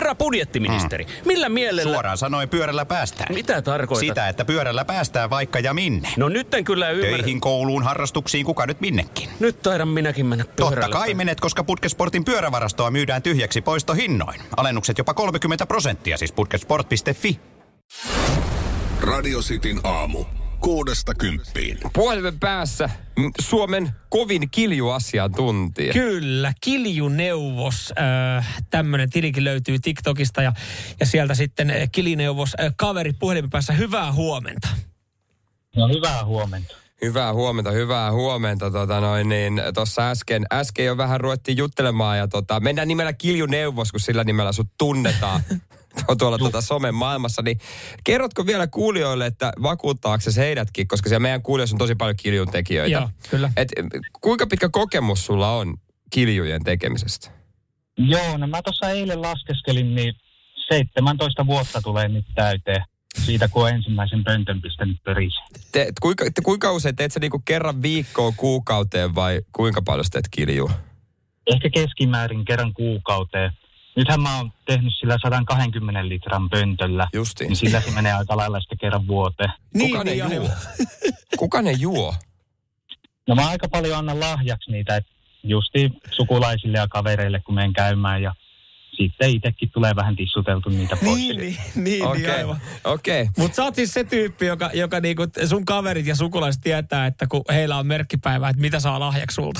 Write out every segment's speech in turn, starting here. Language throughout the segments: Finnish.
Herra budjettiministeri, millä mielellä... Suoraan sanoen pyörällä päästään. Mitä tarkoitat? Sitä, että pyörällä päästään vaikka ja minne. No nyt en kyllä ymmärrä. Töihin, kouluun, harrastuksiin, kuka nyt minnekin. Nyt taidan minäkin mennä pyörällä. Totta kai menet, koska Putkesportin pyörävarastoa myydään tyhjäksi poistohinnoin. Alennukset jopa 30%, siis putkesport.fi. Radio Cityn aamu. 6–10. Puhelimen päässä Suomen kovin kiljuasiantuntija. Kyllä, kiljuneuvos. Tämmöinen tilikin löytyy TikTokista ja sieltä sitten kiljuneuvos kaveri puhelimen päässä. Hyvää huomenta. No hyvää huomenta. Hyvää huomenta. Tuossa äsken jo vähän ruvettiin juttelemaan ja mennään nimellä kiljuneuvos, kun sillä nimellä sut tunnetaan. Tuolla somen maailmassa, niin kerrotko vielä kuulijoille, että vakuuttaako se heidätkin, koska siellä meidän kuulijoissa on tosi paljon kiljun tekijöitä. Joo, kyllä. Kuinka pitkä kokemus sulla on kiljujen tekemisestä? Joo, no mä tuossa eilen laskeskelin, niin 17 vuotta tulee nyt täyteen siitä, kun on ensimmäisen pöntön pistänyt pörissä. Kuinka usein teet sä niinku kerran viikkoon, kuukauteen vai kuinka paljon teet kiljua? Ehkä keskimäärin kerran kuukauteen. Nythän mä oon tehnyt sillä 120 litran pöntöllä. Justiin. Niin sillä se menee aika lailla sitten kerran vuoteen. Kuka ne juo? No mä aika paljon annan lahjaksi niitä, että justiin sukulaisille ja kavereille, kun menen käymään. Ja sitten itsekin tulee vähän tissuteltu niitä pois. Niin, aivan. Okei. Mutta sä oot siis se tyyppi, joka niinku sun kaverit ja sukulaiset tietää, että kun heillä on merkkipäivä, että mitä saa lahjaksi sulta.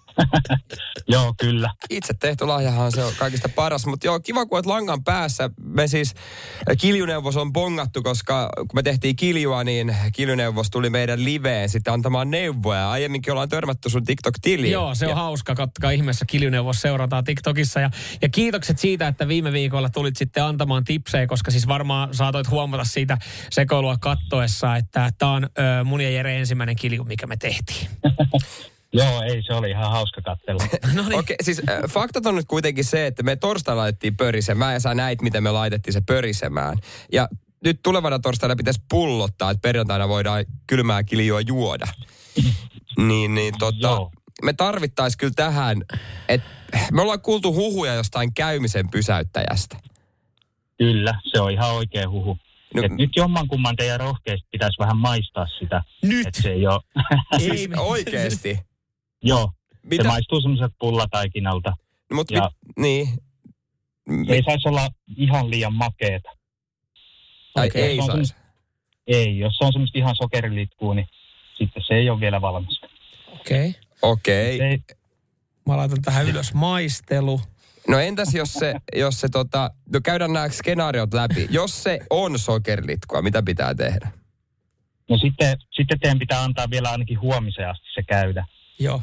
Joo, kyllä. Itse tehty lahjahan se on kaikista paras, mutta joo, kiva kun olet langan päässä. Me siis kiljuneuvos on bongattu, koska kun me tehtiin kiljua, niin kiljuneuvos tuli meidän liveen sitten antamaan neuvoja. Aiemminkin ollaan törmätty sun TikTok-tiliin. Joo, se on hauska. Kattokaa ihmeessä, kiljuneuvos seurataan TikTokissa. Ja kiitokset siitä, että viime viikolla tulit sitten antamaan tipsejä, koska siis varmaan saatoit huomata siitä sekoilua kattoessa, että tää on mun ja Jere ensimmäinen kilju, mikä me tehtiin. Joo, ei, se oli ihan hauska katsella. No niin. Okei, siis faktat on nyt kuitenkin se, että me torstaina laitettiin pörisemään ja sä näit, miten me laitettiin se pörisemään. Ja nyt tulevana torstaina pitäisi pullottaa, että perjantaina voidaan kylmää kiljua juoda. Me tarvittaisiin kyllä tähän, että me ollaan kuultu huhuja jostain käymisen pysäyttäjästä. Kyllä, se on ihan oikea huhu. No, nyt jommankumman teidän rohkeasti pitäisi vähän maistaa sitä. Nyt? Että se ei ole... Siis oikeesti? Joo, se maistuu semmoiset pullataikinalta. No, mutta niin. Ei saisi olla ihan liian makeeta. Ei saisi? Ei, jos se on semmoista ihan sokerilitkua, niin sitten se ei ole vielä valmista. Okei. Mä laitan tähän ylös maistelu. No entäs jos se no käydään nämä skenaariot läpi. Jos se on sokerilitkua, mitä pitää tehdä? No sitten teidän pitää antaa vielä ainakin huomiseen asti se käydä. Joo.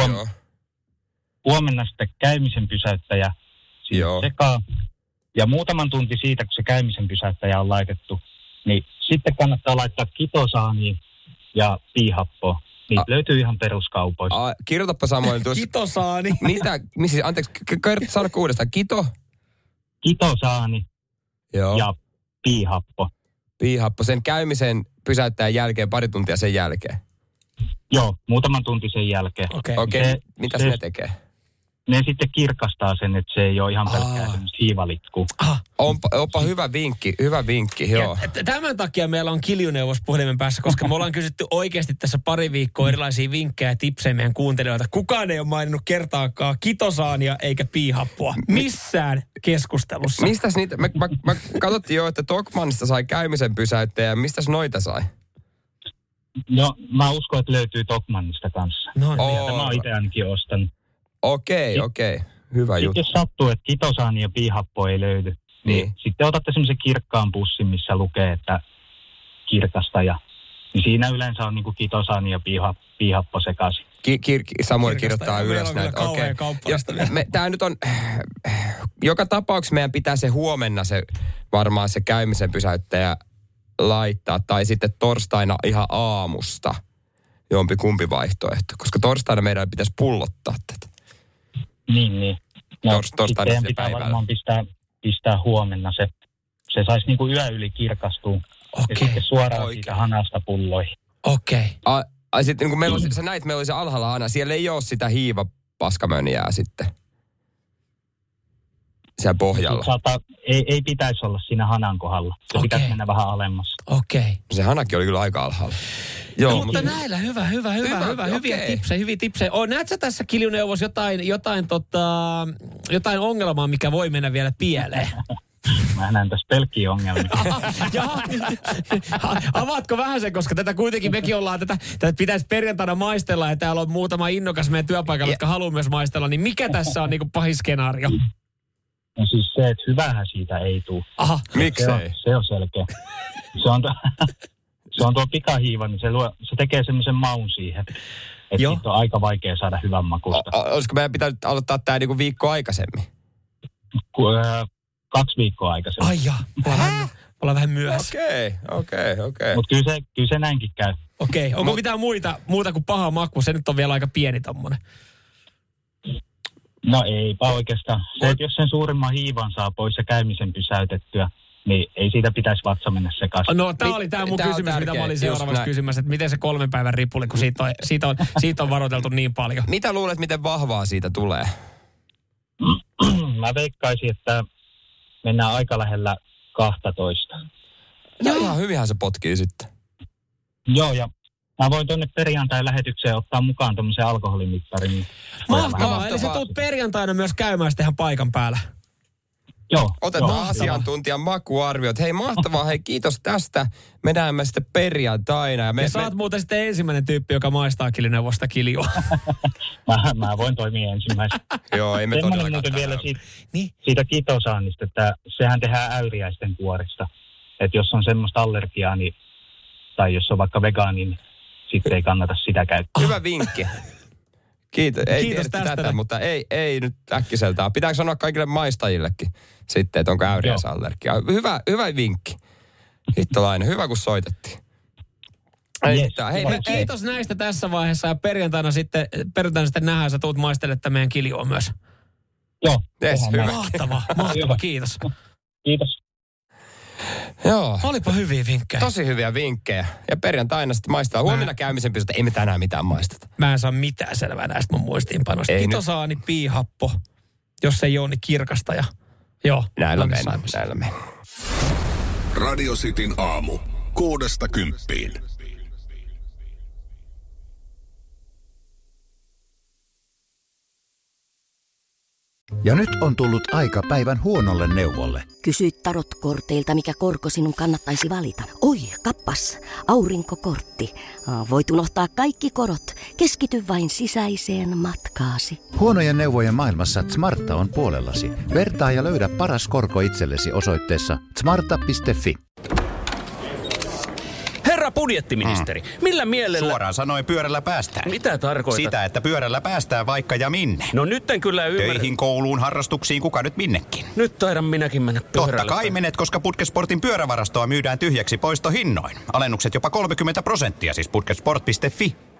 Huomenna sitten käymisen pysäyttäjä sekaan. Ja muutaman tunti siitä, kun se käymisen pysäyttäjä on laitettu, niin sitten kannattaa laittaa kitosaaniin ja piihappoa. Niitä löytyy ihan peruskaupoista. Kirjoitapa Samuel tuossa. Kitosaani. Mitä? Siis, anteeksi, saada uudestaan. Kitosaani ja piihappo. Piihappo. Sen käymisen pysäyttäjän jälkeen, pari tuntia sen jälkeen. Joo, muutaman tunti sen jälkeen. Okei. Mitä se tekee? Ne sitten kirkastaa sen, että se ei ole ihan pelkkää semmoista hiivalitkua. Onpa hyvä vinkki, joo. Tämän takia meillä on kiljuneuvos puhelimen päässä, koska me ollaan kysytty oikeasti tässä pari viikkoa erilaisia vinkkejä ja tipsejä meidän kuuntelijoilta. Kukaan ei ole maininnut kertaakaan kitosaania eikä piihappoa missään keskustelussa. Mistäs niitä? Mä katsottiin jo, että Tokmannista sai käymisen pysäyttäjä. Mistäs noita sai? No, mä uskon, että löytyy Tokmannista kanssa. No, tämä on itse ainakin ostanut. Okei. Hyvä juttu. Jos sattuu, että kitosaani ja piihappo ei löydy, niin sitten otatte semmoisen kirkkaan pussin, missä lukee, että kirkastaja. Niin siinä yleensä on niinku kitosaani ja piihappo sekaisin. Samuel kirjoittaa ylös näitä. Okei. Tää nyt on... Joka tapauksessa meidän pitää se huomenna varmaan se käymisen pysäyttäjä laittaa. Tai sitten torstaina ihan aamusta. Jompikumpi vaihtoehto. Koska torstaina meidän pitäisi pullottaa tätä. Niin. No, torstaina sitten pitää varmaan pistää huomenna se. Se saisi niinku yö yli kirkastua. Ja sitten suoraan siitä hanasta pulloihin. Okei. Sitten niin kuin sä näit, meillä oli se alhaalla hana. Siellä ei ole sitä hiivapaskamöniää sitten. siellä pohjalla. Ei pitäisi olla siinä hanan kohdalla. Se pitäisi mennä vähän alemmas. Okei. Se hanakin oli kyllä aika alhaalla. Joo, mutta näillä hyvä. Hyviä tipsejä. Näet sä tässä Kiljuneuvos jotain ongelmaa, mikä voi mennä vielä pieleen? Mä näen tässä pelkkiä ongelmia. Avaatko vähän sen, koska tätä kuitenkin mekin ollaan, tätä pitäisi perjantaina maistella, ja täällä on muutama innokas meidän työpaikalla, jotka haluaa myös maistella, niin mikä tässä on niinku pahin skenaario? No siis se, että hyvähän siitä ei tule. Aha. Miksei? Se on selkeä. Se on tuo pikahiiva, niin se tekee semmoisen maun siihen. Että siitä on aika vaikea saada hyvän makusta. Olisiko meidän pitänyt aloittaa tämä niinku viikko aikaisemmin? 2 viikkoa aikaisemmin. Ai jaa, ollaan vähän myöhässä. Okei. Mutta kyllä se näinkin käy. Okei, onko mitään muuta kuin paha maku? Se nyt on vielä aika pieni tommonen. No eipä oikeastaan. Se, että jos sen suurimman hiivan saa pois ja käymisen pysäytettyä, niin ei siitä pitäisi vatsa mennä sekaisin. No tämä oli mun kysymys, mitä mä olin seuraavaksi kysymässä, että miten se 3 päivän ripuli, kun siitä on varoiteltu niin paljon. Mitä luulet, miten vahvaa siitä tulee? Mä veikkaisin, että mennään aika lähellä 12. No ihan hyvinhän se potkii sitten. Joo, ja mä voin tuonne perjantain lähetykseen ottaa mukaan tommosen alkoholimittarin. Mahtavaa, eli sä tulet perjantaina myös käymään sitten ihan paikan päällä. Joo. Otetaan asiantuntijan makuarviot. Hei mahtavaa, hei kiitos tästä. Me näemme sitten perjantaina. Ja sä oot muuten sitten ensimmäinen tyyppi, joka maistaa Kiljoneuvosta kiljua. mä voin toimia ensimmäisenä. Joo, ei me todellakaan. Muuten vielä siitä kitosaannista, että sehän tehdään äyriäisten kuorista. Että jos on semmoista allergiaa, niin, tai jos on vaikka vegaani, niin sitten ei kannata sitä käyttää. Hyvä vinkki. Kiitos tästä, mutta ei nyt äkkiseltään. Pitääkö sanoa kaikille maistajillekin sitten, että onko äyriäisallergia? Hyvä vinkki. Hittolainen, hyvä kun soitettiin. Kiitos näistä tässä vaiheessa ja perjantaina sitten nähdään, sä tuut maistelemaan tämän meidän kiljua myös. Joo. Hyvä. Mahtava, kiitos. Kiitos. Joo. Olipa hyviä vinkkejä. Tosi hyviä vinkkejä. Ja perjantaina sitten maistaa. Huomenna käymisen pystytä, ei me tänään mitään maisteta. Mä en saa mitään selvää näistä mun muistiinpanoista. Kitosaani, piihappo, jos ei ole niin kirkasta. Ja joo. Näillä mennään. Radio Cityn aamu. 6–10. Ja nyt on tullut aika päivän huonolle neuvolle. Kysy tarotkorteilta, mikä korko sinun kannattaisi valita. Oi, kappas, aurinkokortti. Voit unohtaa kaikki korot. Keskity vain sisäiseen matkaasi. Huonojen neuvojen maailmassa Smarta on puolellasi. Vertaa ja löydä paras korko itsellesi osoitteessa smarta.fi. Herra budjettiministeri, millä mielellä... Suoraan sanoen pyörällä päästään. Mitä tarkoitat? Sitä, että pyörällä päästään vaikka ja minne. No nyt en kyllä ymmärrä. Töihin, kouluun, harrastuksiin, kuka nyt minnekin. Nyt taidan minäkin mennä pyörällä. Totta kai menet, koska Putkesportin pyörävarastoa myydään tyhjäksi poistohinnoin. Alennukset jopa 30%, siis putkesport.fi.